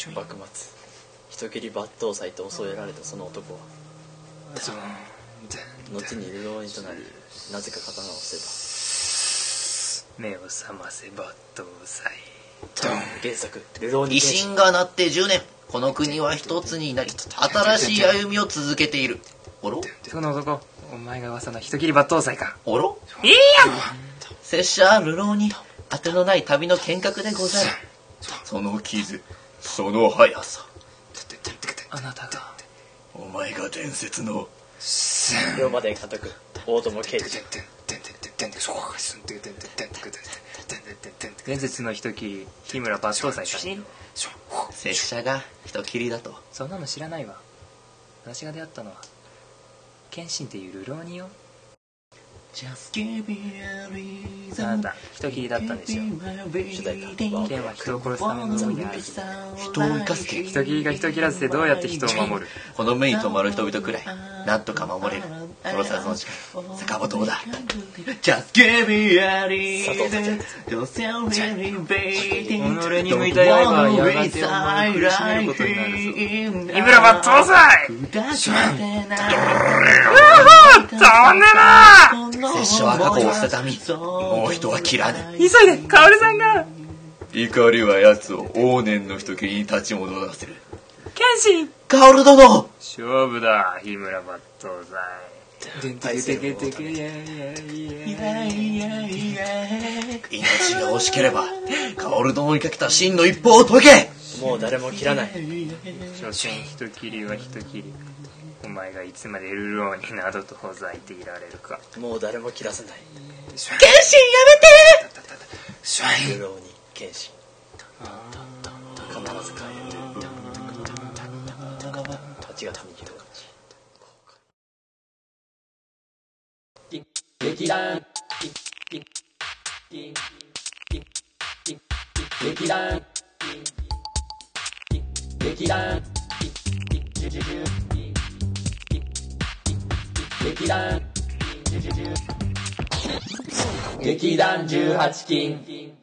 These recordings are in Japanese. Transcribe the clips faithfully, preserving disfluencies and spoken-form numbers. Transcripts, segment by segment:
幕末人斬り抜刀斎と襲えられたその男は後に流浪人となりなぜか刀を捨てた。目を覚ませ抜刀斎。 原作流浪人維新がなってじゅうねん、この国は一つになり新しい歩みを続けている。おろその男、お前が噂の人斬り抜刀斎か。 おろいいや拙者流浪に当てのない旅の見学でござる。その傷、その速さ、 あなたがお前が伝説の龍馬伝監督大友圭司。 伝説の人斬り日村抜刀斎か。 拙者が人斬りだと。 そんなの知らないわ。私が出会ったのは謙信っていう流浪人よ。あなた人斬りだったんでしょ。 主題歌剣は人を殺すための道具であり、 人を生かす剣、 人斬りが人斬らずてどうやって人を守る。 この目に留まる人々くらいなんとか守れる。殺さずの時間、坂本王だ。Just give me a reason to celebrate。 己に向いた刃はやがてお前を苦しめることになるぞ。井村抜刀斎。飛んでな。 拙者は過去を捨てた身、もう人は切らぬ。 急いで、カオルさんが。 怒りは奴を往年の人斬りに立ち戻らせる。 謙信、 カオル殿、 勝負だ、日村抜刀斎。 命が惜しければカオル殿にかけた真の一歩を解け。 もう誰も切らない。 所詮人斬りは人斬り。お前がいつまで流浪人などとほざいていられるか。 もう誰も切らせない。 謙信やめて。 流浪人謙信必ず帰る。はちがつにじゅうごにち劇団劇団劇団劇団劇団じゅうはち禁。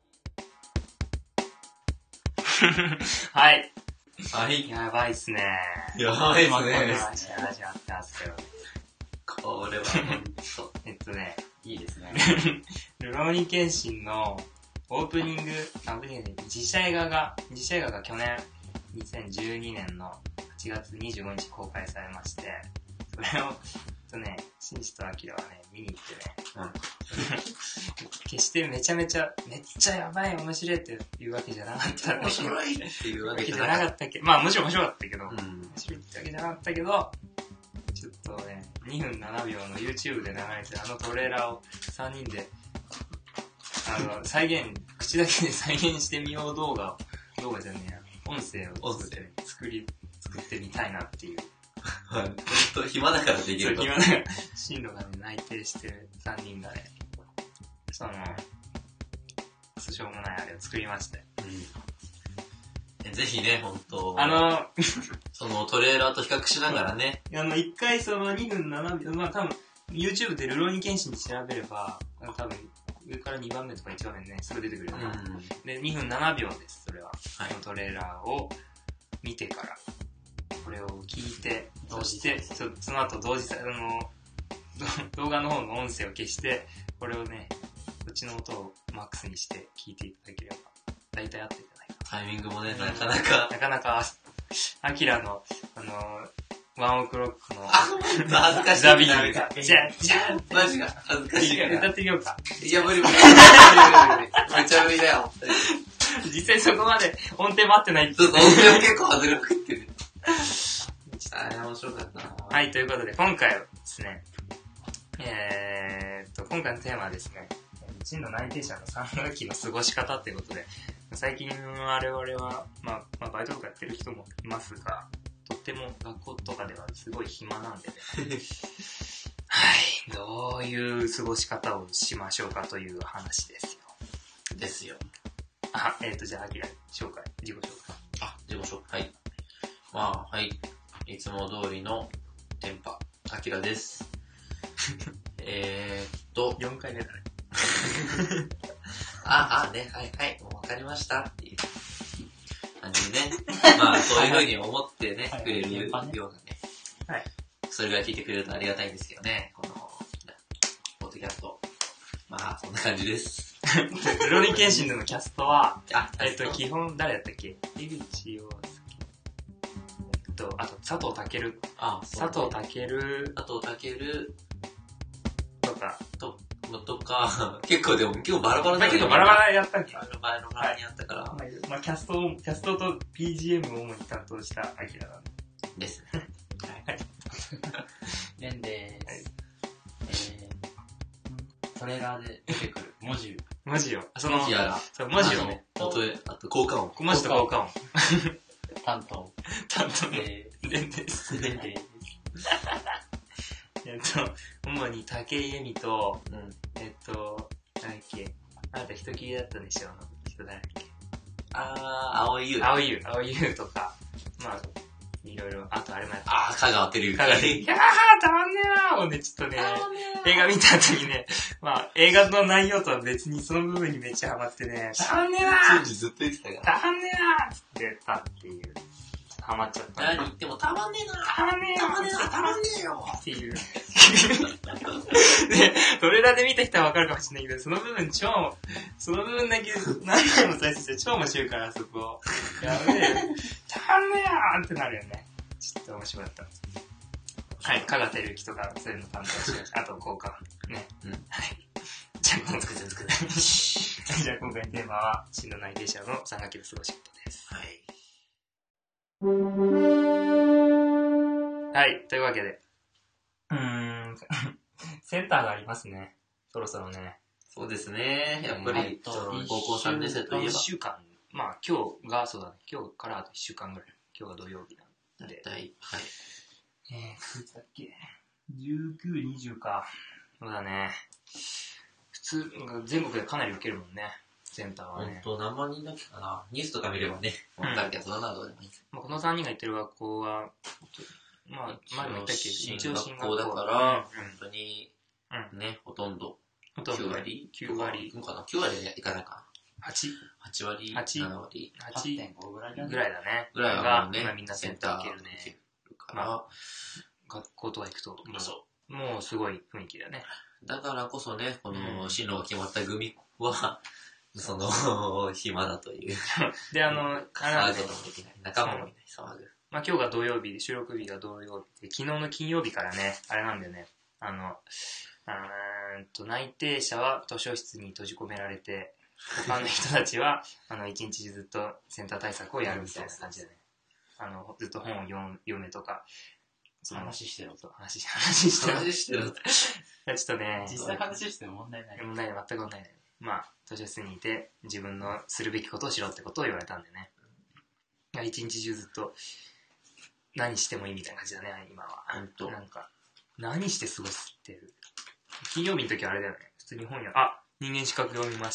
はい。 はい。 やばいっすね。 やばいっすね。 始まってますけど。 これは本当。 えっとね、 いいですね。 流浪人謙信のオープニング、あ、オープニングで実写映画が、実写映画が去年にせんじゅうにねんのはちがつにじゅうごにち公開されまして、それを、えっとね、シンジとアキラはね、見に行ってね、うん、決してめちゃめちゃ、めっちゃやばい、面白いっていうわけじゃなかった面白いっていうわけじゃなかったけど、 まあもちろん面白かったけど、うん、面白いってわけじゃなかったけど、ちょっとね、にふんななびょうの YouTube で流れてるあのトレーラーをさんにんで、あの、再現、口だけで再現してみよう動画を、動画じゃねえや、音声を作って、ね、作り、作ってみたいなっていう。 はい。ほんと暇だからできる。 そう、暇だから。進路がね、内定してるさんにんがね、その、しょうもないあれを作りまして。 うん。ぜひね、ほんと。 あの、 そのトレーラーと比較しながらね。 あの、一回そのにふんななびょう、まあ多分、YouTube でルローニケンシンで調べれば、多分、上からにばんめとかいちばんめね、すぐ出てくるよな、うん。で、にふんななびょうです、それは。はい、このトレーラーを見てから、これを聞いて、そして、その後同時さ、あの、動画の方の音声を消して、これをね、こっちの音をマックスにして聞いていただければ、大体合ってるんじゃないかな。 タイミングもね、なかなか。 なかなか、アキラの、あの、ワンオクロックの、 恥ずかしい。 ザビーが、じゃじゃーマジか、恥ずかしいから。 歌ってみようか。 いや、無理無理。無理無理。めちゃ無理だよ。 実際そこまで音程待ってないって。 そうそう、音程も結構外れまくってる。あれ面白かったな。 はい、ということで、今回はですね、えーっと、今回のテーマはですね、真の内定者のさん学期の過ごし方ということで、最近我々は、まあ、まあ、バイトとかやってる人もいますが、とっても学校とかではすごい暇なんでね。はい、どういう過ごし方をしましょうかという話ですよ。 ですよ。 あ、えーっと、じゃあ、アキラ、紹介、自己紹介。 あ、自己紹介。はい。まあ、はい。いつも通りのテンパ、アキラです。えーっと。 よんかいめだね。 あ、あ、ね、はい、はい、もうわかりましたっていう。 感じでね。まあ、そういう風に思ってね、くれるようなね。 はい。 それぐらい聞いてくれるとありがたいんですけどね、この、ポッドキャスト。まあ、そんな感じです。 ルローニケンシンでのキャストは、 あ、 えっと、基本、誰だったっけ井口洋介。えっと、あと、佐藤健。 あ、 佐藤健。 佐藤健。 とか。 と、とか、結構でも、結構バラバラだ結構バラバラやったっけバラバラバラにやったから。 はい、まあ、キャストを、キャストと ピージーエム を主に担当したアキラなんで。ですね。 はい。レンでーす。えー、トレーラーで出てくる文字。 文字を。その、 文字やら。 そう、文字をね。 音へ、あと、効果音。 文字と効果音。 担当。 担当でーす。 レンです。 レンでーす。 えっと、主に竹井絵美と、 うん。 えっと、なんだっけ、あなた人切りだったんでしょ、あの人誰だっけ。 あー、青い優。 青い優、青い優とか、まあ、いろいろ、あとあれもやった。 あー、香川照之。 香川照之。いやー、たまんねえなーをね、ちょっとね、映画見た後にね、まあ、映画の内容とは別にその部分にめっちゃハマってね、たまんねえなーずっと言ってたから。 たまんねえなーって言ったっていう、ハマっちゃった。 何言ってもたまんねえなたまんねえよたまんねえなたまんねえよっていう。で、トレーラーで見た人はわかるかもしれないけど、その部分超、その部分だけ何回も再生して超面白いから、そこ。やべえ。たまんねえなーってなるよね。ちょっと面白かった。はい、香川照之とか、そういうの担当しました。あと、効果。ね。 うん。 はい。じゃあ、今回、じゃあ今回のテーマは、進路内定者のさん学期の過ごし方です。 はい。 はい、というわけで。うーん、センターがありますね。そろそろね。 そうですね。やっぱり、その高校さんねん生といえば。 いっしゅうかん。まあ、今日が、そうだね。今日からあといっしゅうかんぐらい。今日が土曜日なんで。 はい。はい。 えー、いつだっけ ?じゅうく、にじゅうか。そうだね。普通、全国でかなり受けるもんね。センターはね。 ほんと、何万人だっけかな。ニュースとか見ればね、わかるけど、そんなどうでもいい。 まあ、このさんにんが行ってる学校は、まあ、前も言ったっけ進一応進学校だから、本当に、ね、ほとんど、 ほとんどきゅう割きゅう割行くかな ?きゅう 割はいかないかな。 はち。 はち割、 はちなな割。 はちはちてんご ぐらいだね。 ぐらいだね。 ぐらいはもうね、 今みんなセンター受けるね。 受けるから、 まあ、学校とか行くと、もう、 そもうすごい雰囲気だね。 だからこそね、この進路が決まった組は、その、暇だという。 で、あの、あれなん騒ぐこともできない。仲間もいない、騒ぐ。 まあ今日が土曜日で、収録日が土曜日で、昨日の金曜日からね、あれなんだよね。あの、うーんと、内定者は図書室に閉じ込められて、他の人たちは、あの、一日中ずっとセンター対策をやるみたいな感じだね。あの、ずっと本を読読めとか、その話してろと。 話、話してろ。 話してる。 ちょっとね、 実際話しても問題ない。 問題ない、全く問題ない。まあ、図書室にいて、自分のするべきことをしろってことを言われたんでね。一日中ずっと、何してもいいみたいな感じだね、今は。 ほんと。 なんか、何して過ごすってる。金曜日の時はあれだよね。普通に本屋、あ、人間資格読みました。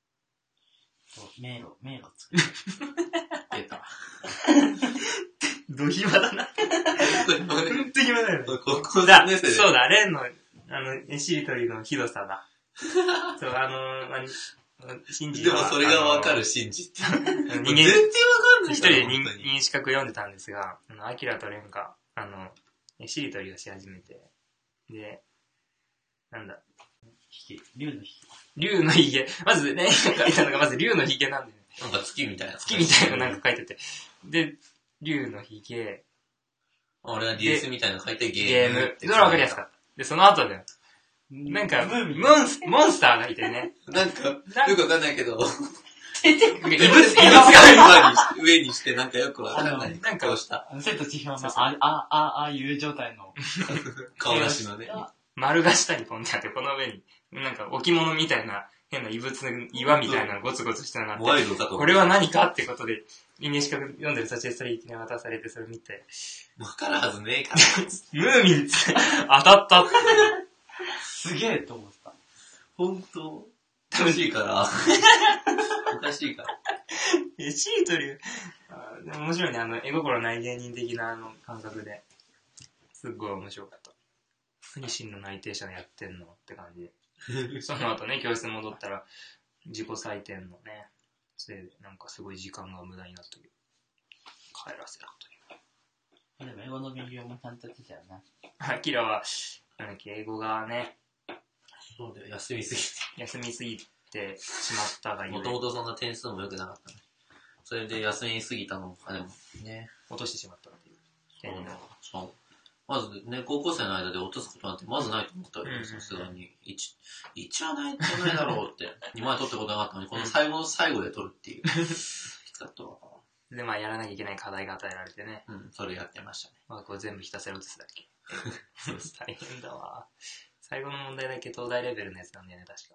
迷路、迷路作る。 出た。 ド暇だな。ほんと暇だよね。 高校ださんねん生で。 そうだ、レンの、あの、絵しりとりのひどさだ。そう、あのー、まあ、信じでもそれがわかる、信じって。 人間、 全然わかんない。 一人で人本当に間資格読んでたんですが、あの、アキラとレンが、あの、絵しりとりをし始めて、で、なんだ、 ひげ、竜のひ竜のひげ。まずね、書いたのがまず竜のひげなんだよね。 なんか月みたいな。 月みたいなのなんか書いてて。で、竜のひげ、 俺は ディーエス みたいなの書いてゲゲーム。 ーム。それはわかりやすかった。で、その後だよ。 げ。 なんか、 ムーミン。 モンス、モンスターがいてね。 なんか、よくわかんないけど、 異物、異物がが上にしてなんかよくわかんない。 なんかこうした。 千と千尋の、あ、あ、あ、ああいう状態の。 顔なしのね。 丸が下に飛んであって、この上に、なんか置物みたいな、変な異物の岩みたいなのゴツゴツしたのがあって、 ワイルドだと思う。 これは何かってことで、人間資格読んでるサチエストリーに渡されて、それ見て、 わかるはずねえから。 ムーミンって当たったって。 すげえと思った。 ほんと、おかしいから。おかしいから。 え、シートリュー、あーでも面白いね、あの、絵心ない芸人的なあの感覚で、すっごい面白かった。何真の内定者やってんのって感じで。その後ね、教室戻ったら、自己採点のね、 それでなんかすごい時間が無駄になったけど、帰らせたという。 でも英語の勉強もちゃんとやってたよな。 アキラは、なんだっけ、英語がね、 そうだよ、休みすぎて。 休みすぎてしまったがゆえもともとそんな点数も良くなかったね。それで休みすぎたのも、あ、でもね。 落としてしまったっていう。 そうね。そう。まずね、高校生の間で落とすことなんてまずないと思ったよ、さすがに。いち、いちはないとないだろうって。にまい取ったことなかったのに、この最後の最後で取るっていう。きつかったわ。 で、まあやらなきゃいけない課題が与えられてね。 うん、それやってましたね。 まあこれ全部ひたすら落とすだけ。大変だわ。最後の問題だけ東大レベルのやつなんだよね、確か。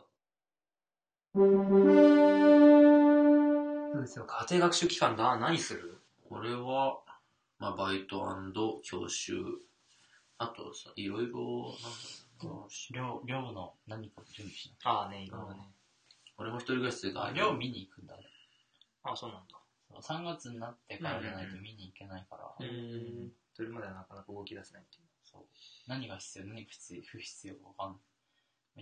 そうですよ。家庭学習期間だ。何する？ これは、まあ、バイト&教習。あとさ、いろいろ、なんだろう。 寮、寮の何か準備しなああね、いろいろね。 俺も一人暮らしがあ、寮見に行くんだね。 あ、そうなんだ。 さんがつになってからじゃないと見に行けないから。 うん。それまではなかなか動き出せないっていう。 そう。何が必要、何が必要、不必要かわかんない。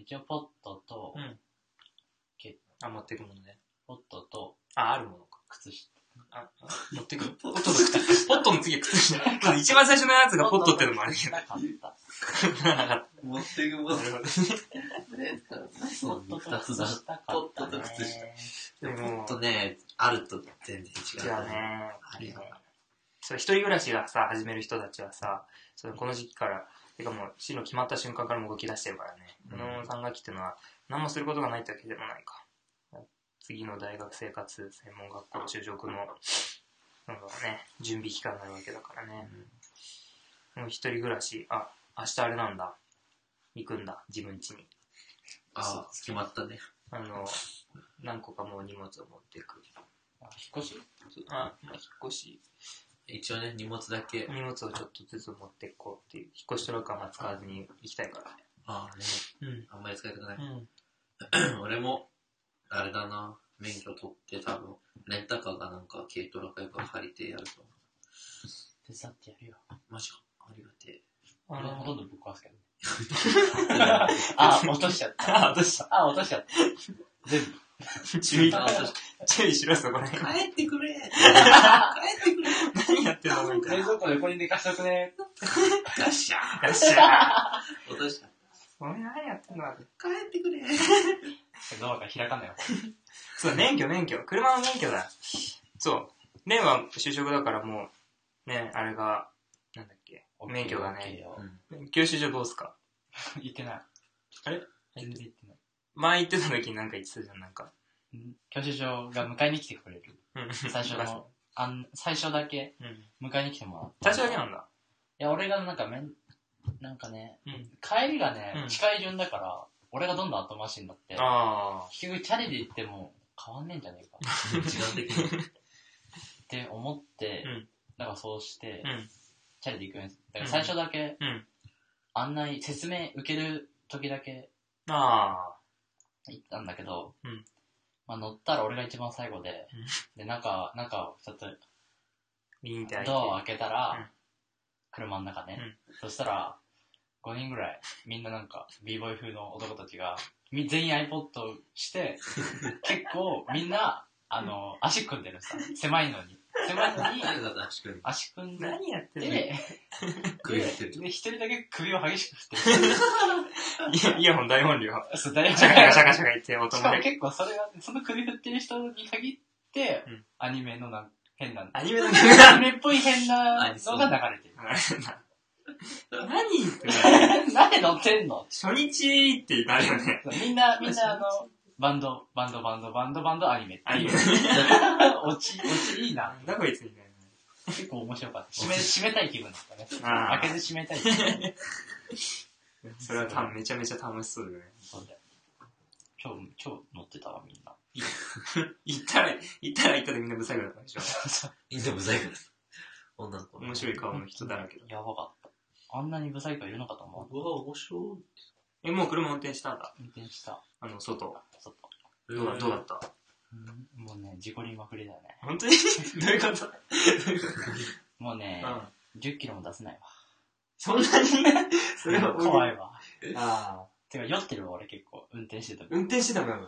一応ポットと、 うん。 けあ、持ってくものね。 ポットと、 あ、あるものか。 靴下。 あ、あ持ってく。ポットと、ポットの次は靴下。一番最初のやつがポットってのもあるけど。 なかった。 持ってくもの。 なるほど。 ポットと靴下買ったね。 ポットと靴下。 でも、 ほんとね、あると全然違う。 違うね。 あれは。 そう、一人暮らしがさ、始める人たちはさ、そのこの時期から、てかもう、進路決まった瞬間からも動き出してるからね。このさんがきっていうのは、何もすることがないってわけでもないか。次の大学生活、専門学校、就職の、なんだろうね、準備期間になるわけだからね。うん、もう一人暮らし、あ、明日あれなんだ。行くんだ、自分家に。 ああ、決まったね。 あの、何個かもう荷物を持っていく。 あ、引っ越しあ、まあ、引っ越し。 一応ね、荷物だけ。 荷物をちょっとずつ持っていこうっていう。引っ越しトラックはまあ使わずに行きたいからね。 ああね。 うん。 あんまり使いたくない。 うん。 俺も、あれだな。免許取って多分、レンタカーがなんか軽トラかよく借りてやると思う。 手伝ってやるよ。 マジか。ありがてえ。 あの、ほとんどぶっ壊すけどね。あ、落としちゃった。 あ、落とした。 あ、落としちゃった。全部。 注意、注意しろ、そこら辺。 帰ってくれ帰ってくれ何やってんのなんか。 冷蔵庫で横に寝かしとくね。 ガッシャーよっしゃ落とした。 お前何やってんの帰ってくれドアが開かないよ。 そう、免許、免許。車の免許だ。そう。レンは就職だからもう、ね、あれが、なんだっけ。免許がね。教習所どうすか？ 行ってない。 あれ全然行ってない。 前行ってた時になんか言ってたじゃん、なんか。 教習所が迎えに来てくれる。最初の、あん最初だけ、迎えに来てもらった。 最初だけなんだ。 いや、俺がなんかめん、なんかね、 うん、 帰りがね、うん、近い順だから、俺がどんどん後回しになって、 あ結局チャリで行っても変わんねえんじゃねえか。 時間的に。 って思って、うん、なんかそうして、 うん、 チャリで行くんです。だから最初だけ、 うん、 案内、説明受ける時だけ、 あ行ったんだけど、 うん、 まあ乗ったら俺が一番最後で、うん、で、中、中をちょっと、ドアを開けたら、うん、車の中ね、うん、そしたら、ごにんぐらい、みんななんか、b ボーイ風の男たちが、全員 iPod して、結構みんな、あの、足組んでるさ、狭いのに。狭いのに、 足組んで。 足組んで、 何やってんので、 首振ってる。 で、一人だけ首を激しく振ってる。イヤホン大音量。 そう、大音量。 シャカシャカシャカシャカ言って音しかも結構それが、その首振ってる人に限って、うん、アニメのなん変な、 アニメのアニメっぽい変なのが流れてる。 何言ってんの？ なんで乗ってんの？ 初日ってなるよね。 みんな、みんなあの、バンド、バンド、バンド、バンド、バンド、アニメっていう。落ち、落ちいいな。 なんだこいつみたいな。 結構面白かった。締め、締めたい気分だったね。開けて締めたい気分。 それは多分めちゃめちゃ楽しそうだよね。 そうだよ。超、超乗ってたわ、みんな。 行ったら、行ったら行ったでみんなブサイクだったでしょ。 みんなブサイクだった。女の子。 面白い顔の人だらけだ。 やばかった。あんなにブサイクはいるのかと思う。 うわ、面白い。え、もう車運転したんだ。 運転した。 あの、外。 外。 どうだ、どうだった？ うん、もうね、事故りまくりだよね。 本当に？どういうこと？ もうね、うん、じゅっキロも出せないわ。 そんなに？それは怖いわ。 ああ。 てか、酔ってるわ、俺結構。運転してた。 運転してたもん。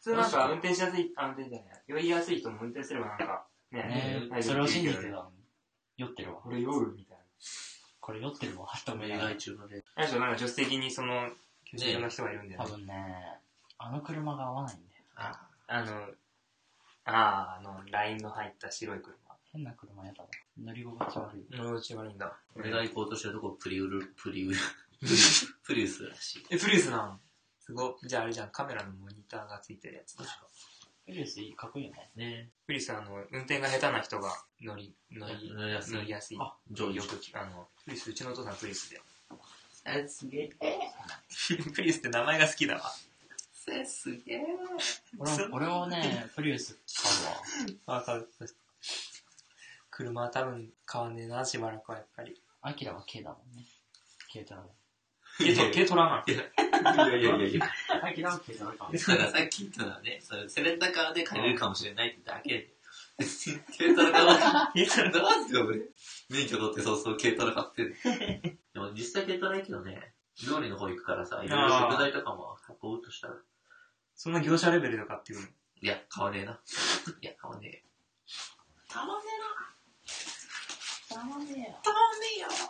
通なんか運転しやすい、あ、運転じゃない、酔いやすい人も運転すればなんか、ね、 ね、それを信じてたのに。酔ってるわ。 俺酔うみたいな。 これ酔ってるわ、と思い意ながら。 外中のね。 あれでしょ、なんか助手席にその、教習の人がいるんだよね。 多分ね、あの車が合わないんだよ。 ああの、ああ、あの、ラインの入った白い車。 変な車やだわ。乗り心地悪い。 乗り心地悪いんだ。 俺が行こうとしてるとこプリウル、プリウル、プリウスらしい。 え、プリウスなんすご。じゃああれじゃん、カメラのモニターがついてるやつ。 プリウスいい、かっこいいよね。 ね。 プリウスあの、運転が下手な人が乗り、乗り、 乗りやすい乗りやすい。 あ上位よく聞く、あの、プリウス、うちのお父さんプリウスで。 え、すげえ。 プリウスって名前が好きだわ。 せ、すげえ。 俺俺はね、プリウス買うわ。 あ、買う。車は多分買わねえな、しばらくはやっぱり。 アキラは軽だもんね。軽トラだ。 軽ト軽トラな。 いやいやいやいや。 アキラは軽トラかも。 だからさっき言ったのはね、それセレンタカーで借りれるかもしれないってだけで。軽トラ買わない。軽トラなんで俺、免許取ってそうそう軽トラ買ってる。でも実際軽トラいいけどね、料理の方行くからさ、いろいろ食材とかも運ぶとしたら。 そんな業者レベルで買っていうの。 いや、買わねえな。いや、買わねえ。たまんねえな。 たまんねえよ。 たまんね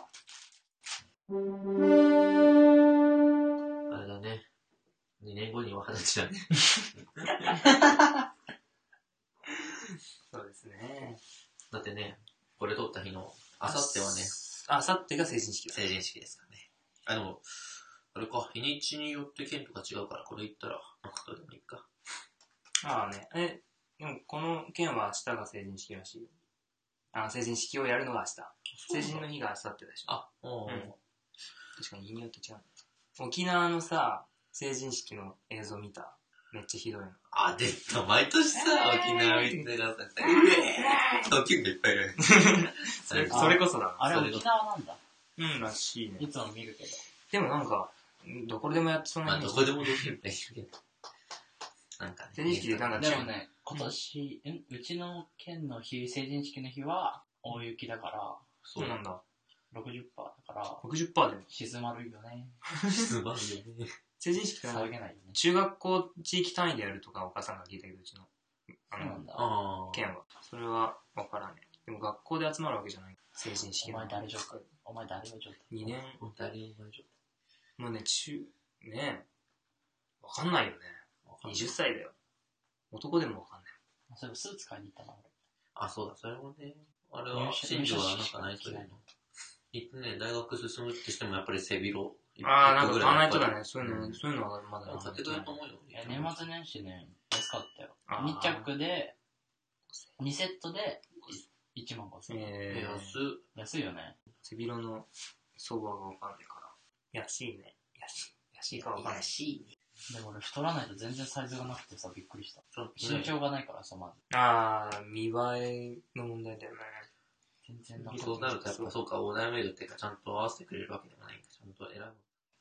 えよ。あれだね。にねんごには二十歳だね。 そうですね。 だってね、これ撮った日の、あさってはね、 あさってが成人式だ。 成人式ですからね。あ、でも、あれか、日にちによって県とか違うから、これ言ったら、なんかどうでもいいか。 ああね。え、でもこの県は明日が成人式らしいよ。あ、成人式をやるのが明日。成人の日が明後日でしょ。 あ、おー、 うん確かに日によって違う。沖縄のさ、成人式の映像見た。めっちゃひどいの。 あ、出た。毎年さ、沖縄見てらさ、うえー東京がいっぱいいる。 それそれこそだな。 あれそれ沖縄なんだ。 うん、らしいね。 いつも見るけど。 でもなんか、どこでもやってそうなまあ、 イメージどこでもできるんだけど。なんかね。 成人式でなんかでもね、今年、んうちの県の日、成人式の日は大雪だから、 そうなんだ。 ろくじゅっパーセントだから、 ろくじゅっパーセントで。 静まるよね。 すまんよね。 成人式ってなんか騒げないよね。 中学校地域単位でやるとかお母さんが聞いたけど、うちの。あのそうなん、だ。 あ県は。それはわからねえ。でも学校で集まるわけじゃない。成人式の。 お前誰状態お前誰の状態にねん。 あ。誰も大丈もうね、中、ねえ。わかんないよね。 夫。 はたちだよ。男でもわかんない。 そういえばスーツ買いに行ったな、 あ、そうだ、それもね。あれは、 入社新庄はなん入社式かないというの。行ってね、大学進むってしてもやっぱり背広。 あー、なんか買わないとだね。 ね。そういうの、そういうのはまだ買ってくれると思うよ。 え年末年始ね、安かったよ。 あーに着で、にセットでいちまんごせんえん。 えー、 安っ。 安いよね。 背広の相場がわかんないから。安いね。安い。安いかわかんない。 安い。 でも俺太らないと全然サイズがなくてさ、びっくりした。 ちょっとね身長がないからさ、まず。 あー、見栄えの問題だよね。 全然なんか。 そうなるとやっぱそうか、オーダーメイドっていうかちゃんと合わせてくれるわけでもないんだ。ちゃんと選ぶ。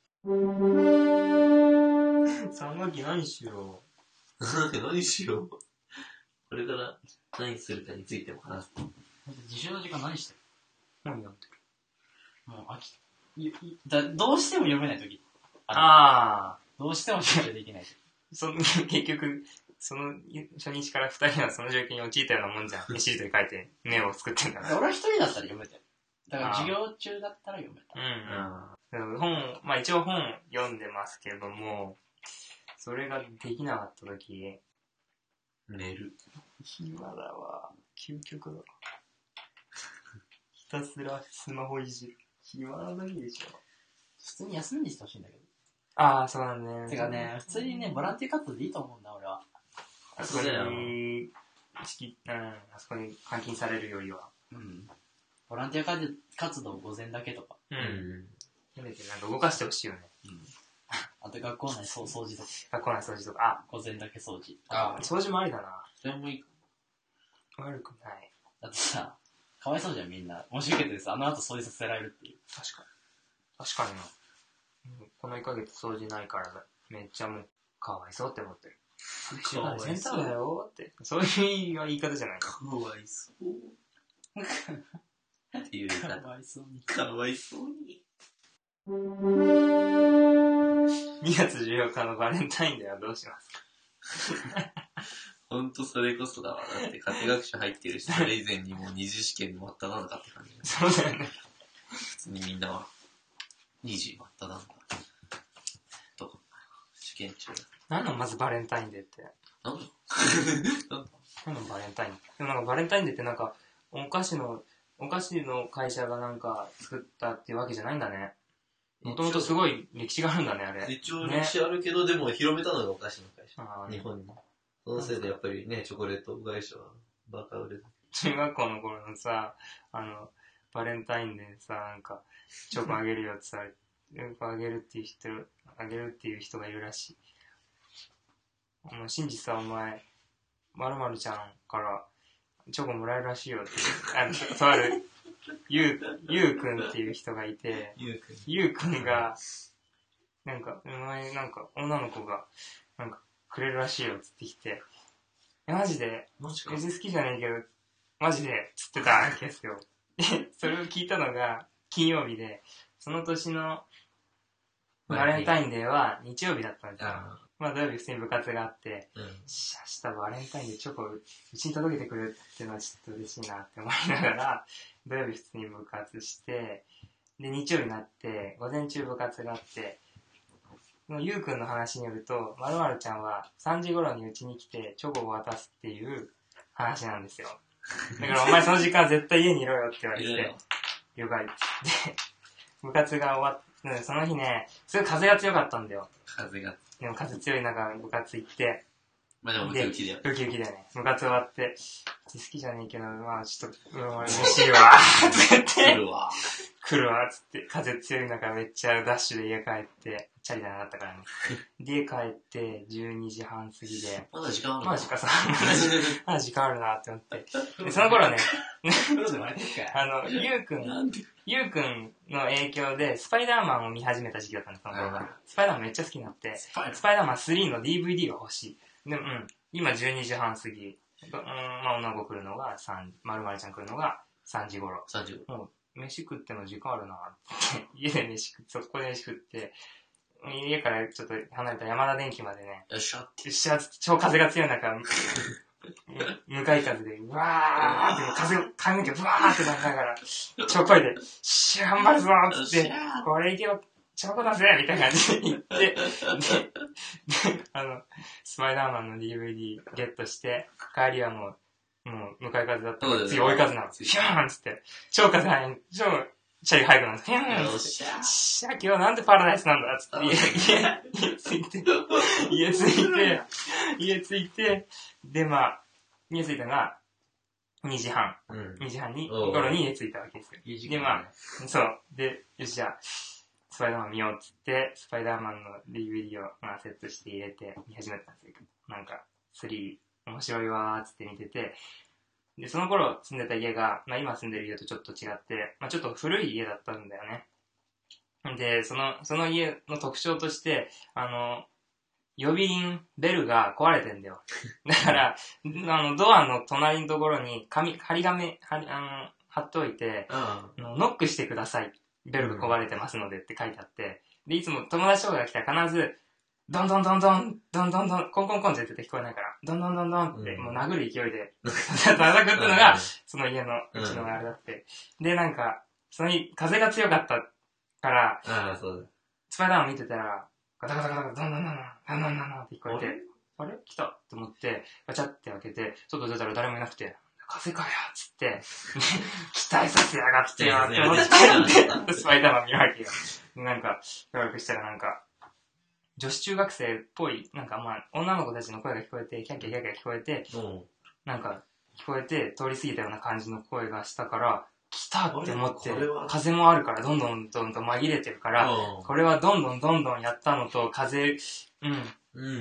三学期何しよなんか何しよう。これから何するかについても話す。 自習の時間何してう。本読んでる。 るもう飽きいいだどうしても読めない時あどうしても集中できない時ー、その、結局、その初日から二人はその状況に陥ったようなもんじゃん。シートに書いて目を作ってんだから。 俺は一人だったら読めてる。だから授業中だったら読めた。 うんうん。本、まあ一応本読んでますけども、それができなかった時、 寝る。 暇だわ。究極だわ。ひたすらスマホいじる。暇な時でしょ。 普通に休みにしてほしいんだけど。 ああ、そうだね。 てかね、普通にね、ボランティア活動でいいと思うんだ、俺は。 あそこに、式、うん、あそこに監禁されるよりは。 うん。ボランティア活動午前だけとか。 う。 うんん。 せめてなんか動かしてほしいよね。 あと学校内そう掃除とか。 学校内掃除とか。 午前だけ掃除。 あ、掃除もありだな。 それもいいか。 悪くない。 だってさ、かわいそうじゃんみんな。もし受けてさ、あの後掃除させられるっていう。 確かに。確かにな。うんこのいっかげつ掃除ないから、めっちゃもう、かわいそうって思ってる。 かわいそうセンターだよって。そういう言い方じゃないか。 かわいそう。っていう言いか方。 わいそうに。 かわいそうに。 にがつじゅうよっかのバレンタインデーはどうしますか？ ほんとそれこそだわ。だって家庭学習入ってるし、それ以前にもう二次試験の真っ只中って感じ。 そうだよね。 普通にみんなは、二次真っ只中。とか、試験中。 なんのまずバレンタインデーって。 なんだなんだなんのバレンタインでもなんかバレンタインデーってなんか、お菓子の、お菓子の会社がなんか作ったっていうわけじゃないんだね。もともとすごい歴史があるんだね、あれ。 一応歴史あるけど、ね、でも広めたのがお菓子の会社。 あ日本に。そのせいでやっぱりね、チョコレート会社はバカ売れだ。 中学校の頃のさ、あの、バレンタインでさ、なんか、チョコあげるよってさ、チョコあげるっていう人、あげるっていう人がいるらしい。あの、シンジさ、お前、まるまるちゃんからチョコもらえるらしいよって、あの、とある、ゆう、ゆうくんっていう人がいて、 ゆうくん。 ゆうくんが、なんか、お前、なんか、女の子が、なんか、くれるらしいよっつってきて、え、マジで、 マジか。 別に好きじゃないけど、マジで、つってたわけですよ。で、それを聞いたのが金曜日で、その年のバレンタインデーは日曜日だったんですよ。まあ土曜日普通に部活があって、うん、し明日バレンタインデーチョコうちに届けてくれるっていうのはちょっと嬉しいなって思いながら、土曜日普通に部活して、で、日曜日になって、午前中部活があって、ゆうくんの話によると、まるまるちゃんはさんじ頃にうちに来てチョコを渡すっていう話なんですよ。だからお前その時間絶対家にいろよって言われて、了解って言って、部活が終わって、その日ね、すごい風が強かったんだよ。 風が。 でも風強い中部活行って、 まあでもウキウキだよね。 ウキウキだよね。部活終わって、好きじゃねえけど、まあちょっと、うん、嬉しいわーって言って、 来るわ来るわーつって、風強い中めっちゃダッシュで家帰って、チャリじゃなかったからね。で、家帰ってじゅうにじはん過ぎで、 まだ時間あるのまだ時間さ、まだ時間あるなって思って。で、その頃ね、あの、ゆうくん、ゆうくんの影響で、スパイダーマンを見始めた時期だったんです、その頃が。スパイダーマンめっちゃ好きになって、スパイダーマンスリーの ディーブイディー が欲しい。でも、うん、今じゅうにじはん過ぎ、うん、まあ、女の子来るのがさん、まるまるちゃん来るのがさんじ頃。 さんじ頃。 もう、飯食っても時間あるなって、家で飯食って、そこで飯食って、家からちょっと離れた山田電機までね、 よっしゃって。 よっしゃって、超風が強い中、向かい風で、うわーって、風が、髪の毛ブワーってなりながら、超声で、しゃ頑張るぞーっつって、これいけば、チョコだぜみたいな感じで言って、で、で、あの、スパイダーマンの ディーブイディー ゲットして、帰りはもう、もう向かい風だったから、次追い風なの。ヒューンっつって、超風入ん、超、チャリ入るの。ヒューンっつって、しゃ、今日なんでパラダイスなんだっつって、家、家、家着いて、家着いて、家着いて、で、まあ、家着いたのが、にじはん。うん、にじはんに、頃に家着いたわけですよ。いいで、まあ、そう。で、よし、じゃあ、スパイダーマン見ようっつって、スパイダーマンの ディーブイディー を、まあ、セットして入れて見始めたんですよ。なんか、スリー面白いわーっつって見てて、で、その頃住んでた家が、まあ今住んでる家とちょっと違って、まあちょっと古い家だったんだよね。で、その、その家の特徴として、あの、呼び鈴、ベルが壊れてんだよ。だから、あの、ドアの隣のところに紙、張り紙、張り、あの、貼っておいて、うん、ノックしてください。ベルが壊れてますのでって書いてあって、で、いつも友達とかが来たら必ず、ドンドンドンドン、ドンドンドン、コンコンコンって絶対聞こえないから、ドンドンドンドンって、もう殴る勢いで、叩くっていうのが、その家の、うちのあれだって。で、なんか、その日、風が強かったから、スパイダーマン見てたら、ガタガタガタガタ、ドンドンドンドン、ドンドンドンドンって聞こえて、あれ来たって思って、ガチャって開けて、外出たら誰もいなくて、風かよつって、期待させやがってよって思って、スパイダーマン見るわけよ。なんか、しばらくしたらなんか、女子中学生っぽい、なんかまあ、女の子たちの声が聞こえて、キャッキャキャッキャ聞こえて、なんか、聞こえて、通り過ぎたような感じの声がしたから、来たって思って、風もあるから、どんどんどんどん紛れてるから、これはどんどんどんどんやったのと、風、うん、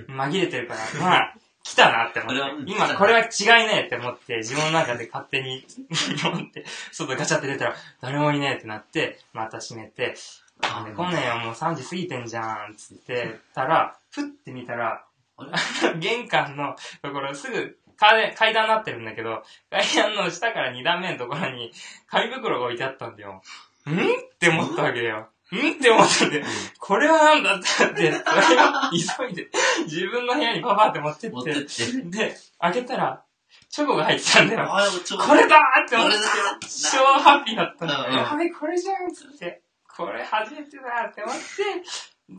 紛れてるから、まあ、来たなって思って、今これは違いねえって思って、自分の中で勝手に思って、外ガチャって出たら、誰もいねえってなって、また閉めて、あ、ね、こんねんよ、もうさんじ過ぎてんじゃん、つってたら、ふって見たら、玄関のところすぐ階段になってるんだけど、階段の下からに段目のところに紙袋が置いてあったんだよ。んって思ったわけよ。 んって思ったんで、これはなんだってなって、それを急いで、自分の部屋にパパって持ってって、ってってで、開けたら、チョコが入ってたんだよ。これだーって思って、超ハッピーだったんだよ。やべ、これじゃんっつって、これ初めてだって思って、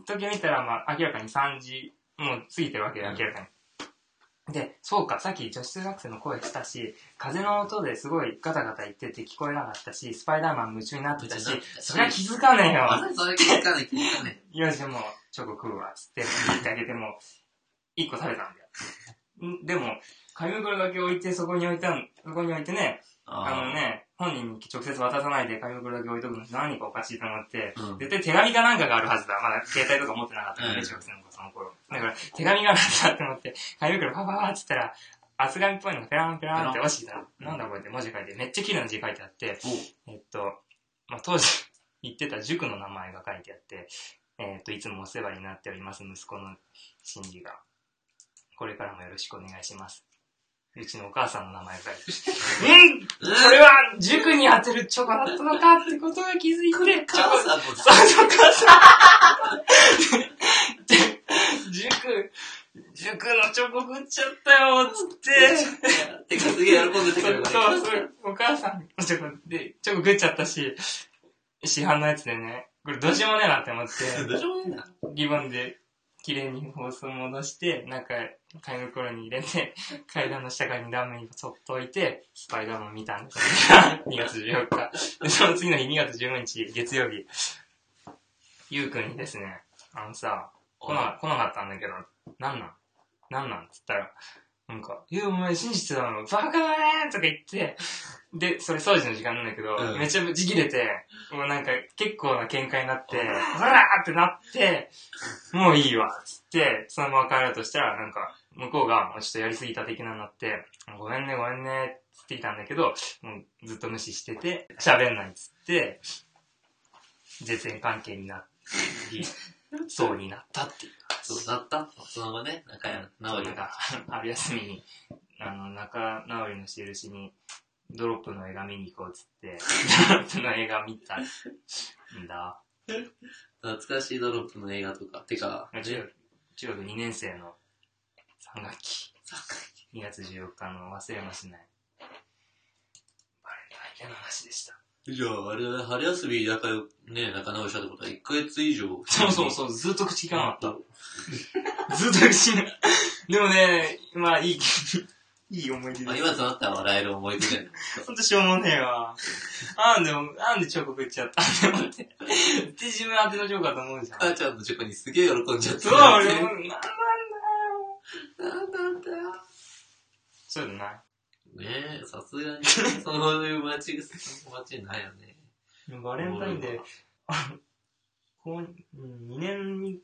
時計見たら、まあ、明らかにさんじ、もう過ぎてるわけで、明らかに。で、そうか、さっき女子学生の声したし、風の音ですごいガタガタ言ってて聞こえなかったし、スパイダーマン夢中になってたし、それは気づかねえよ。 それ気づかない、気づかない。 よし、でも、チョコ食うわ、つって、言ってあげても、いっこ食べたんだよ。でも、紙袋だけ置いて、そこに置いたん、そこに置いてね、あのね、本人に直接渡さないで紙袋だけ置いとくの何かおかしいと思って、うん、絶対手紙かなんかがあるはずだ。まだ携帯とか持ってなかったからね、小学生の子その頃。だから、手紙があるはずだって思って、紙袋パパーって言ったら、厚紙っぽいのがペランペランって落ちてた。なんだこれって文字書いて、めっちゃ綺麗な字書いてあって、えっと、まあ、当時行ってた塾の名前が書いてあって、えっと、いつもお世話になっております息子の真治が、これからもよろしくお願いします。うちのお母さんの名前が書いてる。うん、これは塾に当てるチョコだったのかってことが気づいて、チョコ、そうそう、母さん。で、塾、塾のチョコ食っちゃったよ、つって。 てかすげえ喜んでたけどね。 そうそう、お母さんのチョコで、チョコ食っちゃったし、市販のやつでね、これどうしようもねえなって思って、 どうしようもねえな。 リボンで、綺麗に包装戻して、なんか、紙袋に入れて、階段の下からに段目にそっと置いて、スパイダーマン見たんですよ。にがつじゅうよっか。で、その次の日にがつじゅうごにち、月曜日、ゆうくんにですね、あのさ、来な、来なかったんだけど、なんなんなんなんつったら、なんか、いや、お前真実だの、バカだねーとか言って、で、それ掃除の時間なんだけど、うん、めっちゃブチ切れて、もうなんか結構な喧嘩になって、ほらーってなって、もういいわつって、そのまま帰ろうとしたら、なんか、向こうがもうちょっとやりすぎた的なになって、ごめんねごめんねつって言ったんだけど、もうずっと無視してて、喋んないっつって、絶縁関係になり、そうになったっていう。 そうなったその後ね、仲直りが。春休みに、あの、仲直りの印に、ドロップの映画見に行こうっつって、ドロップの映画見たんだ。 懐かしいドロップの映画とか。てか、 中学、中学にねん生のさんがっき。にがつじゅうよっかの忘れもしない。バレンタインデーの話でした。 じゃあ、あれ、春休み仲良く、ね、仲直りしたってことはいっかげつ以上。 そうそうそう、ずっと口聞かなかった。ずっと口が。でもね、まあいい、いい思い出です。 まあ今となったら笑える思い出だよ。 ほんとしょうもねえわ。なんで、なんでチョコ食っちゃったって思って。で、自分当てのチョコかと思うじゃん。 母ちゃんのチョコにすげえ喜んじゃった。 そうよ、なんなんだよ。 なんなんだよ。 そういうのない。 ねえ、さすがに、そういう街が、街ないよね。 バレンタインで、こう、にねんに、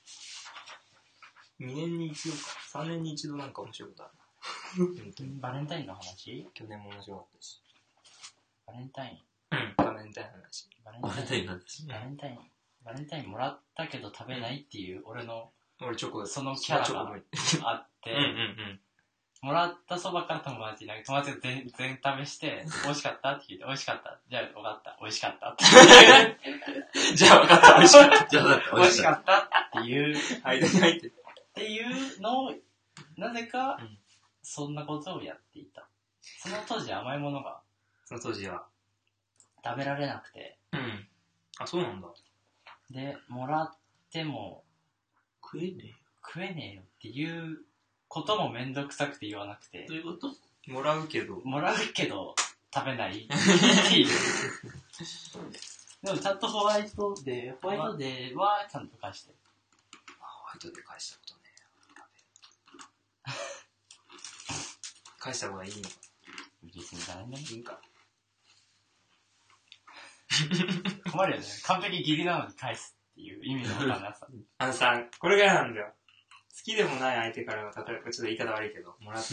にねんに一度か、さんねんに一度なんか面白いことあるな。バレンタインの話？ 去年も面白かったし。 バレンタインうん、バレンタインの話。 バレンタインの話。 バレンタイン、バレンタインもらったけど食べないっていう、俺の、 俺チョコ、 そのキャラがあって、 うんうんうん。 もらったそばから友達になんか友達が全全食べして、美味しかったって聞いて、美味しかった。じゃあ分かった。美味しかったって。 じゃあ分かった。美味しかった。 じゃあ分かった。 美味しかったっていう、 間に入ってる。 っていうのを、なぜか、そんなことをやっていた。その当時甘いものが、 その当時は、 食べられなくて。 うん。あ、そうなんだ。 で、もらっても、 食えねえよ。 食えねえよっていうこともめんどくさくて言わなくて。 どういうこと？ もらうけど。 もらうけど、食べないっていう。でもちゃんとホワイトデー、ホワイトデーはちゃんと返して。 あ、ホワイトデー返したことね。返した方がいいのか。 別に誰でもいいか。 困るよね。完璧義理なのに返すっていう意味のわかんなさ。 あのさ、これが嫌なんだよ。好きでもない相手から、例えばちょっと言い方悪いけど、もらって、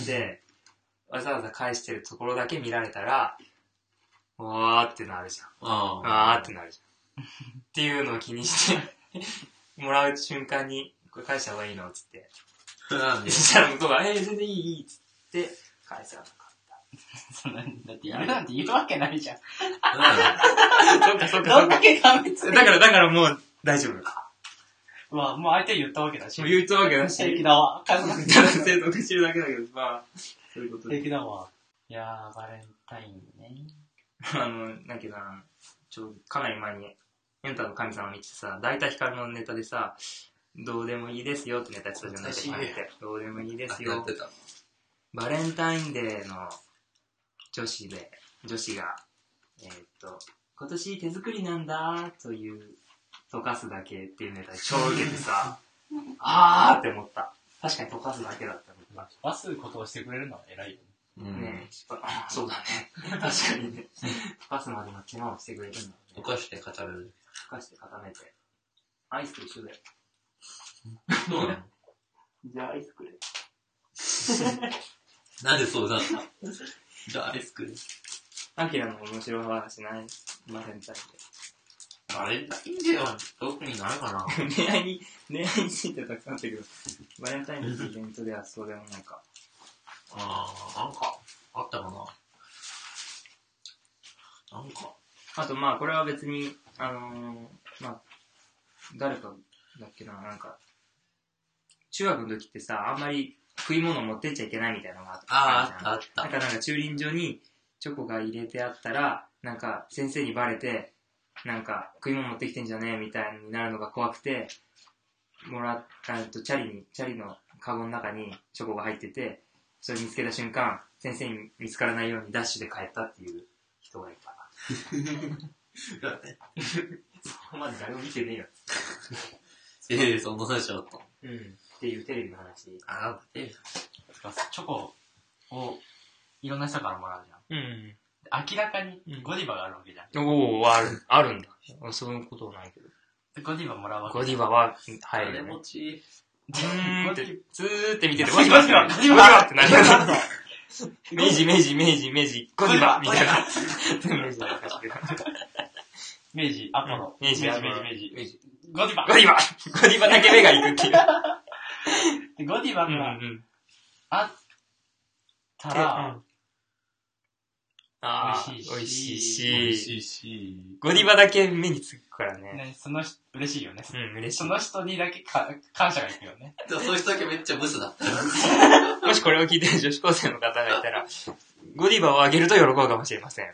わざわざ返してるところだけ見られたら、わーってなるじゃん。あーってなるじゃん。っていうのを気にして、もらう瞬間に、これ返した方がいいのつって。そしたら向こうが、えー、全然いい、いいっつって、返さなかった。 そんな、だってやるなんて言うわけないじゃん。 そっかそっかそどんっか。 だけがめつい。 だから、だからもう大丈夫。 まあ、もう相手言ったわけだし。 もう言ったわけだし。 平気だわ。 ただ生徒してるだけだけど、まあ、そういうことで。 平気だわ。いやー、バレンタインね。 あの、なんけどな、ちょ、かなり前に、エンタの神様見てさ、大体ヒカルのネタでさ、どうでもいいですよってネタやってたじゃないですか。どうでもいいですよ。バレンタインデーの女子で、女子が、えー、っと、今年手作りなんだという、溶かすだけっていうネタで超受けてさ、あーって思った。確かに溶かすだけだった。 溶かすことをしてくれるのは偉いよね。 うん、 ねえ、あ、そうだね。確かにね。溶かすまでの手間をしてくれるんだ、ね。 溶かして固める。 溶かして固めて。アイスと一緒だよ。 そうね。 じゃあアイスくれ。 なんでそうなったじゃあアイスくれ。 アキラの面白い話ないバレンタインバレンタインデーは特にないかな。 で。恋愛に、恋愛についてたくさんあったけど、バレンタインのイベントではそうでもないか。 あー、なんか、あったかな。なんか。 あとまあこれは別に、あのー、まあ、誰かだっけな、なんか、中学の時ってさ、あんまり食い物持ってっちゃいけないみたいなのがあった。 あー、あった。 なんかなんか駐輪場にチョコが入れてあったら、なんか先生にバレて、なんか食い物持ってきてんじゃねえみたいになるのが怖くて、もらったとチャリに、チャリのカゴの中にチョコが入ってて、それ見つけた瞬間、先生に見つからないようにダッシュで帰ったっていう人がいた。そこまで誰も見てねえよ。 ええ、そんな話あった。 うん。っていうテレビの話。 あー、テレビチョコをいろんな人からもらうじゃん。 うん。 明らかにゴディバがあるわけじゃん。 おー、ある、あるんだ。そういうことはないけど。 ゴディバもらうわけ。 ゴディバは入るよね。 金持ち。 ずーって、ずーって見てて、 ゴディバゴディバゴディバってなる。明治、明治、明治、明治、ゴディバみたいな。明治の話で。 明治、アポロ。 明治、 明治、 アポロ明治、明治。ゴディバゴディバゴディバだけ目が行くっていう。 ゴディバがあったら、 あ美味しいし、 美味しいし、 美味しいし。 ゴディバだけ目につくからね。 ね、その人、嬉しいよね。 うん、嬉しい。 その人にだけか感謝がいくよね。 でもそういう人だけめっちゃブスだったよ。 もしこれを聞いてる女子高生の方がいたら、ゴディバをあげると喜ぶかもしれません。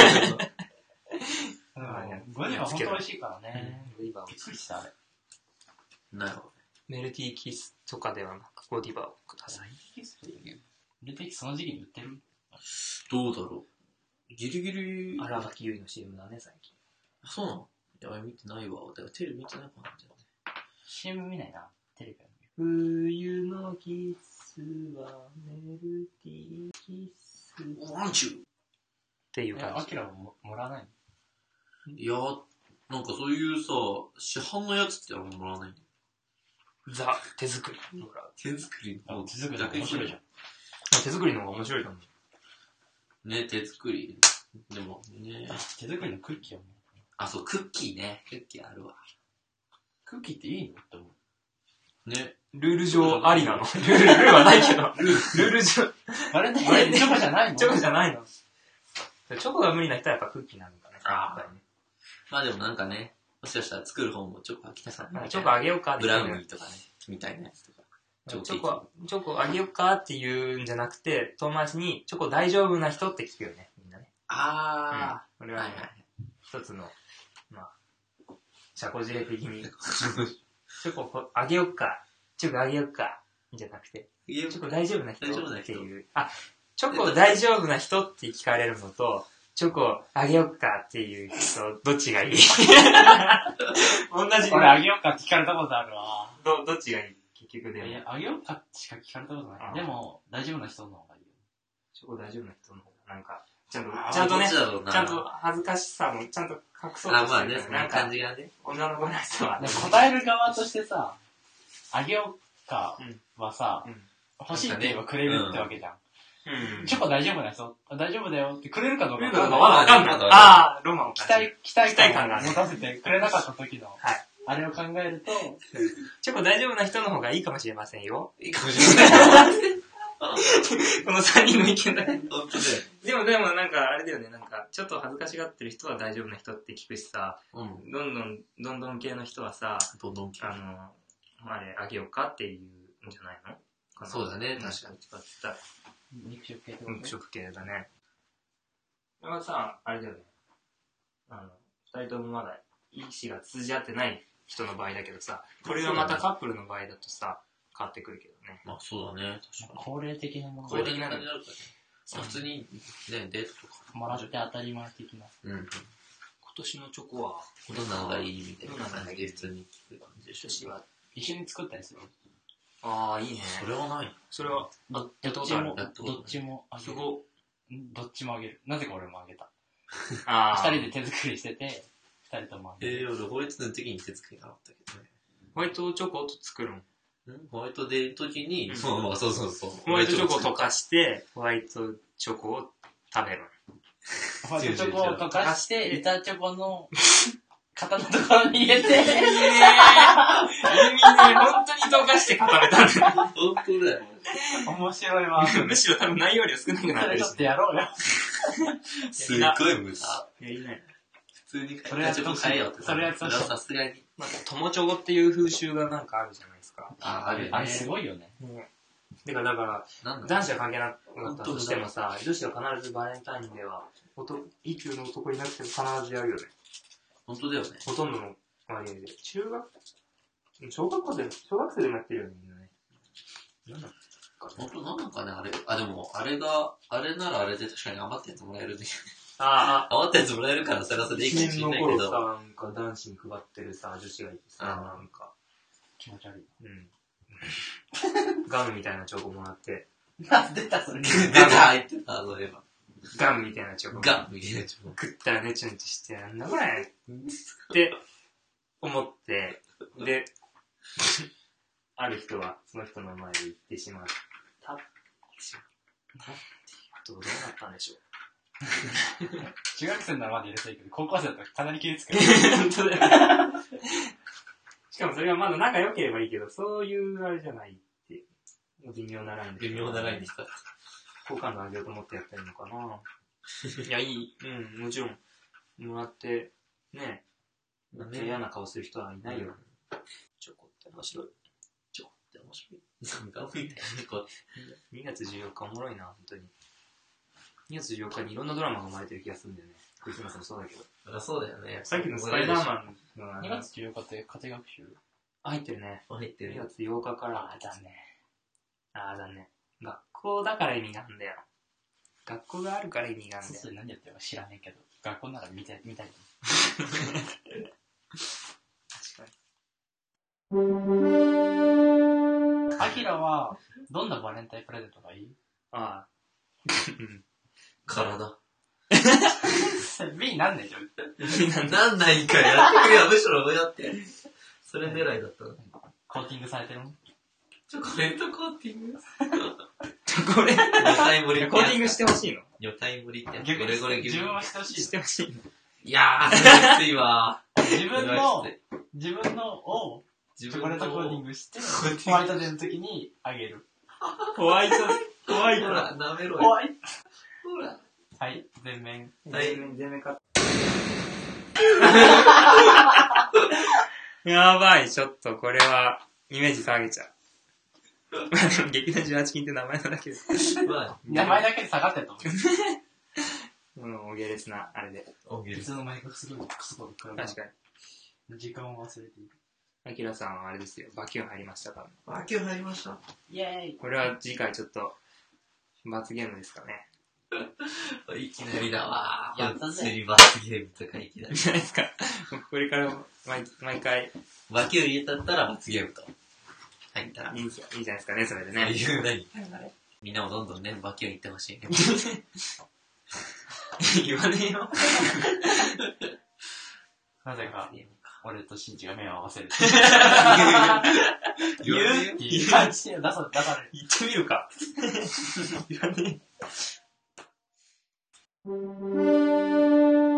ゴディバ本当美味しいからね。 ゴディバびっくりした、あれ。 なるほど。 メルティーキスとかではなく、ゴディバをください。 メルティーキスっていう。メルティーキスその時期に売ってる？ どうだろう。ギリギリ。 荒垣結衣の シーエム だね、最近。 そうなの？いや、見てないわ。だからテレビ見てないかなってね。 シーエム 見ないな。テレビは冬のキスはメルティーキスワンチューっていう感じ。 アキラはももらわないの？ いや、なんかそういうさ、市販のやつってあんまもらわないの？ ザ、手作り。 手作りの手作りの面白いじゃん。 手作りの方が面白いと思う。 ね、手作り。でもね。 手作りのクッキーを。 あ、そう、クッキーね。クッキーあるわ。 クッキーっていいのって思う。 ね。 ルール上ありなの？ルール、ルールはないけど。ルール上。 あれね、チョコじゃないの？ チョコじゃないの？チョコが無理な人はやっぱクッキーなのかね。 ああ。まあでもなんかね、もしかしたら作る方もチョコ飽きたさん。 チョコあげようかってブラウニーとかね、みたいなやつとか。 チョコ、チョコあげようかっていうんじゃなくて、友達にチョコ大丈夫な人って聞くよね、みんなね。 ああ。これはね、一つの、まあ、社交辞令的に、チョコあげようか、チョコあげようか、じゃなくて、チョコ大丈夫な人っていう。あ、チョコ大丈夫な人って聞かれるのと、チョコあげよっかっていう人、どっちがいい？同じ。 俺あげよっかって聞かれたことあるわ。 ど、どっちがいい？結局でも。 いや、あげよっかしか聞かれたことない。でも、大丈夫な人の方がいいよ。 チョコ大丈夫な人の方が、なんか、ちゃんと、ちゃんとね、ちゃんと恥ずかしさもちゃんと隠そうとしてる。 あ、まあね、そんな感じがね。 女の子の人は。 答える側としてさ、あげよっかはさ、欲しいって言えばくれるってわけじゃん。うん、チョコ大丈夫な人大丈夫だよってくれるかどうか。 くれるかどうかわかんない。ああ、ロマンを期待、期待感を持たせてくれなかった時の、 はい。 あれを考えると、 チョコ大丈夫な人の方がいいかもしれませんよ。 いいかもしれない。 このさんにんの意見だけど。 本当だよ。 でもでもなんかあれだよね、なんかちょっと恥ずかしがってる人は大丈夫な人って聞くしさ、 うん。 どんどん、どんどん系の人はさ、 どんどん来あの、あれ、あげようかっていうんじゃないのかな。 そうだね、確かに。 使ってたら。 肉食系ってこと肉食系だね。山田さん、あれだよね。あの、二人ともまだ意思が通じ合ってない人の場合だけどさ、これがまたカップルの場合だとさ、変わってくるけどね。 まあそうだね、確かに。 恒例的なものこれ的な感じになるからね。まあ普通にね、デートとか。 もらって当たり前的な。 うん。 今年のチョコは、 どんなのがいいみたいな感じで普通に聞く感じでしょ。 女子は、 一緒に作ったりする。 ああ、いいね。 それはない。 それは、 どやったことあるどっちも、どっちもあげる。 すごんどっちもあげる。なぜか俺もあげた。 ああ。 二人で手作りしてて、二人ともあげる。 えー、俺ホワイトの時に手作りなかったけどね。 ホワイトチョコと作るの。 ホワイトデー時に、 うんそう、まあそうそうそう。 ホワイトチョコを溶かして、ホワイトチョコを食べるホワイトチョコを溶かして、板チョコの型のところに入れて。いいねー。いいねー。本当に溶かして固めたんだ。 本当だよ。 面白いわ。 むしろ多分内容量少なくなってるし。 それちょっとやろうよ。 すっごい無駄。 いや、いいね。 普通に買えチョコ買えよって。 それやってほしい。 それはさすがに。 なんか、友チョコっていう風習がなんかあるじゃないですか。 あ、あるよね。 あれすごいよね。 ね。だから、だから、男子は関係なかったとしてもさ、女子は必ずバレンタインでは、一級の男いなくても必ずやるよね。 本当だよね。 ほとんどの周りで。中学、小学校で、小学生でもやってるよね、みんなね。なんだ本当なんなんかね、あれ。あ、でも、あれが、あれならあれで確かに余ったやつもらえるね。 ああ、 余ったやつもらえるから、それはそれでいいかもしれないけど。 一年の頃さ、なんか男子に配ってるさ、女子がいてさ、なんか、 気持ち悪い。 うん。ガムみたいなチョコもらって、 なんで出たそれ。 出た入ってた、そういえば。 ガムみたいなチョコ。 ガンみたいなチョコ。 食ったらねちゅんちして、なんだこれって思って、で、ある人はその人の前で言ってしまったってしまったってどうなったんでしょう。 中学生ならまだ許せるけど、高校生だとかなり傷つく。 本当だよ。しかもそれがまだ仲良ければいいけど、そういうあれじゃないっていう。微妙なラインで。 微妙なラインでした。 好感度上げようと思ってやってるのかな。いや、いい。うん、もちろん。もらって、ね、ね嫌な顔する人はいないよ。チョコって面白い。 チョコって面白い。ガムみたいな子。 にがつじゅうよっかおもろいな、本当に。にがつじゅうよっかにいろんなドラマが生まれてる気がするんだよね。クリスマスもそうだけど。 あ、そうだよね。 さっきのスパイダーマンのにがつじゅうよっかって家庭学習あ、入ってるね。 入ってる。 にがつようかから。 あ、残念。 あー、残念。学校だから意味があるんだよ。学校があるから意味があるんだよ。 それ何やってるか知らねえけど、学校なら見たい、見たい。 確かに。 アキラは、どんなバレンタインプレゼントがいい？ ああ。 体。 B なんでしょ？ なんないかやってくれよ、むしろやって。それ狙いだったの。 コーティングされてるの？ チョコレートコーティングチョコレート女体盛りってコーティングしてほしいの？ 女体盛りってやつ。 逆にこれこれ自分はしてほしい。 してほしいの？ いやー、それきついわ。 自分の、自分のを、 自チョコレートコーティングして、 コーティングホワイトデーの時にあげる。 ホワイト、ホワイト。 ほら、舐めろよ。 ホワイトほら。 はい、全面。 はい全面、全面カット。やばい、ちょっとこれは、イメージ下げちゃう。まあでも、劇団じゅうはちきんって名前なだけで。 まあ、 名前だけで下がってると思う。 うん、お下劣な、あれで。 おげるいつの間にかすごい、すごい、 確かに。 時間を忘れている。 アキラさんはあれですよ、バキュン入りましたから。 あ、今日入りました。 イェーイ。 これは次回ちょっと、罰ゲームですかね。 いきなりだわー。 やったぜ釣りバスゲームとかいきなり。 じゃないですか。これから毎毎回、 バキュー入れたったら罰ゲームと。入ったら。 いいんじゃいいじゃないですかね、それでそうね。 いう何みんなもどんどんね、バキュー行ってほしいね。 言わねえよ。 なぜか、俺とシンジが目を合わせる。 言わねえよ。 っていう感じで出さ、出される。 言ってみるか。言わねえ。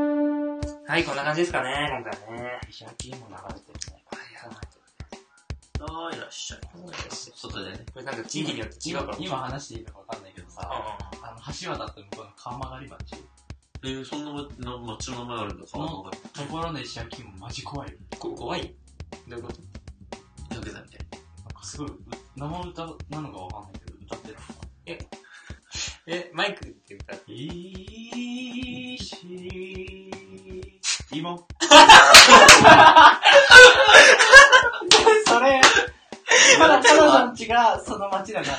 はい、こんな感じですかね、今回ね。 石焼きも流れてるね。 あーいらっしゃい。外でね。 これなんか地域によって違うから。 今話していいのかわかんないけどさ、あの、橋渡って向こうの川曲町。 えー、そんな町の名前あるんだ、川曲町。 ところの石焼きもマジ怖いよ。 こ怖いどういうことヤクザみたい。 なんかすごい、生歌なのかわかんないけど、歌ってるのかな。 え、え、マイクって歌って。 いしいも。それ、まだ彼女の家がその町だから、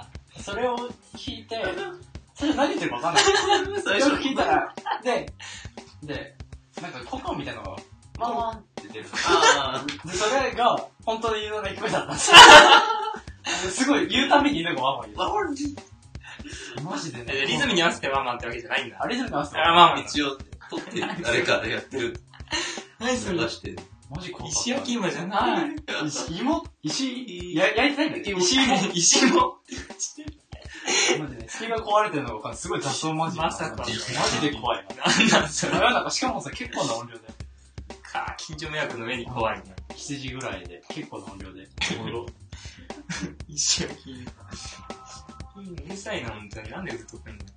それを聞いて、それ何言ってるかわかんない。最初聞いたら、で、で、なんかココンみたいなのが、ワンワンって出るの。で、それが、本当に犬の鳴き声だったんですよ。すごい、言うたびに犬がワンワン言う。ワンワンマジでね。 リズムに合わせてワンワンってわけじゃないんだ。 あ、リズムに合わせてワンワン。 一応、撮って誰かでやってる。 何それ出して。 マジ怖かった。 石焼き芋じゃない。 石芋石、や、焼いてないんだよ。石芋。 石芋。 マジで、隙が壊れてるのがわかんない。すごい雑音マジで。 まさか。 マジで怖いな。 なんだそれ。 なんかしかもさ、結構な音量で。 か、近所迷惑の上に怖いね。 しちじぐらいで、結構な音量で。 石焼き芋。うるさいな、ほんとに。なんでずっと来んの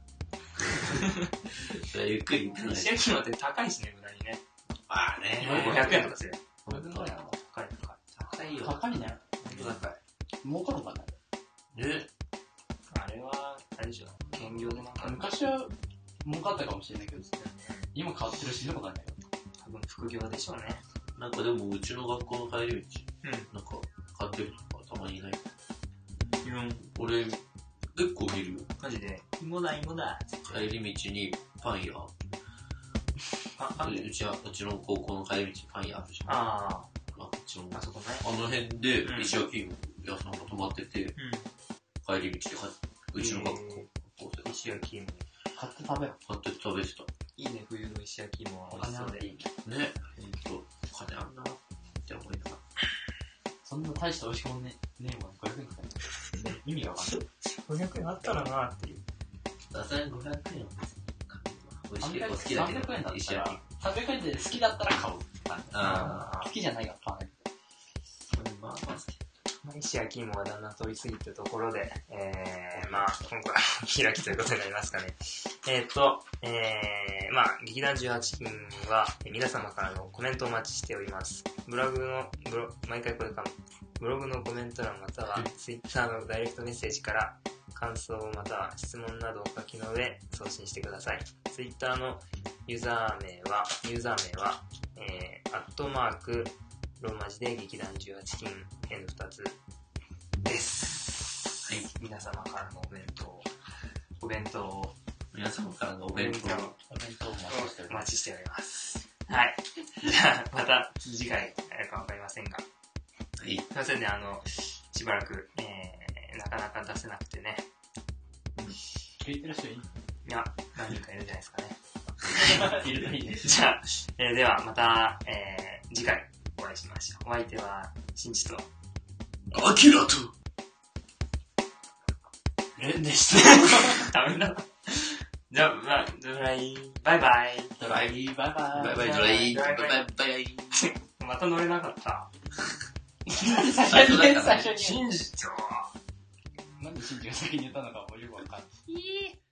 ゆっくり。 石焼き芋って高いしね、無駄にね。 まあね。 ごひゃくえんとかする。 本当だよ。 高い高い。 高いよ。 高いね。 本当高い。 儲かるのかね。 えあれは、あれでしょ。兼業でなんか。 昔は儲かったかもしれないけど、今変わってるし、どこかんないよ。 多分副業でしょうね。 なんかでも、うちの学校の帰り道、 うん。 なんか、買ってる人がたまにいない。 うん。 俺、結構見るよ。 マジで。芋だ、芋だ。 帰り道にパン屋。 あ、あ、 うちは、うちの高校の帰り道にパン屋あるじゃん。 ああ、こっちの。 あ、あそこね。 あの辺で、石焼き芋屋さんが泊まってて、 うん。 帰り道で買って、うちの学校、高校生石焼き芋。 買って食べろ。 買って食べてた。 いいね、冬の石焼き芋は美味しそうで。 いいね。 ね、ほんと、お金あんなって思いながら。 そんな大して美味しくもね、ねえもん、ごひゃくえんかかる。意味がわかんない。 ごひゃくえんあったらなっていう。 さすがにごひゃくえんは別に。美味しい、好きだけど。 さんびゃくえんだったら、 石焼き。 さんびゃくえんで好きだったら買う。 あ好きじゃないから買わない。 ー。まあまあ好き。 石焼き芋はだんだん通り過ぎたところで、えー、まあ、今回は開きということになりますかね。えっと、えー、まあ、劇団じゅうはちきんは皆様からのコメントをお待ちしております。ブログの、ブロ毎回これかも。ブログのコメント欄または Twitter のダイレクトメッセージから感想または質問などをお書きの上送信してください。Twitter のユーザー名は、ユーザー名は、えー、アットマーク、ローマ字で劇団じゅうはちきん エヌふたつです。はい。皆様からのお弁当、お弁当を、 皆様からのお弁当、 お弁当をお待ちしております。はい。じゃあ、また次回やるかわかりませんが。 はい。 すいませんね、あの、しばらく、えー、なかなか出せなくてね。 聞いてる人いるいや、何人かいるんじゃないですかね。 いるといいね。 じゃあ、えー、ではまた、えー、次回お会いしましょう。お相手は、しんちと、 アキラと、 レンでした。ダメだ。じゃあ、まあ、ドライ、バイバイ。 ドライ、バイバイ。 バイバイドライ、バイバイバイ。 また乗れなかった。 最初に、最初に。 真実は、 なんで真珠が先に言ったのかもよくわかんない。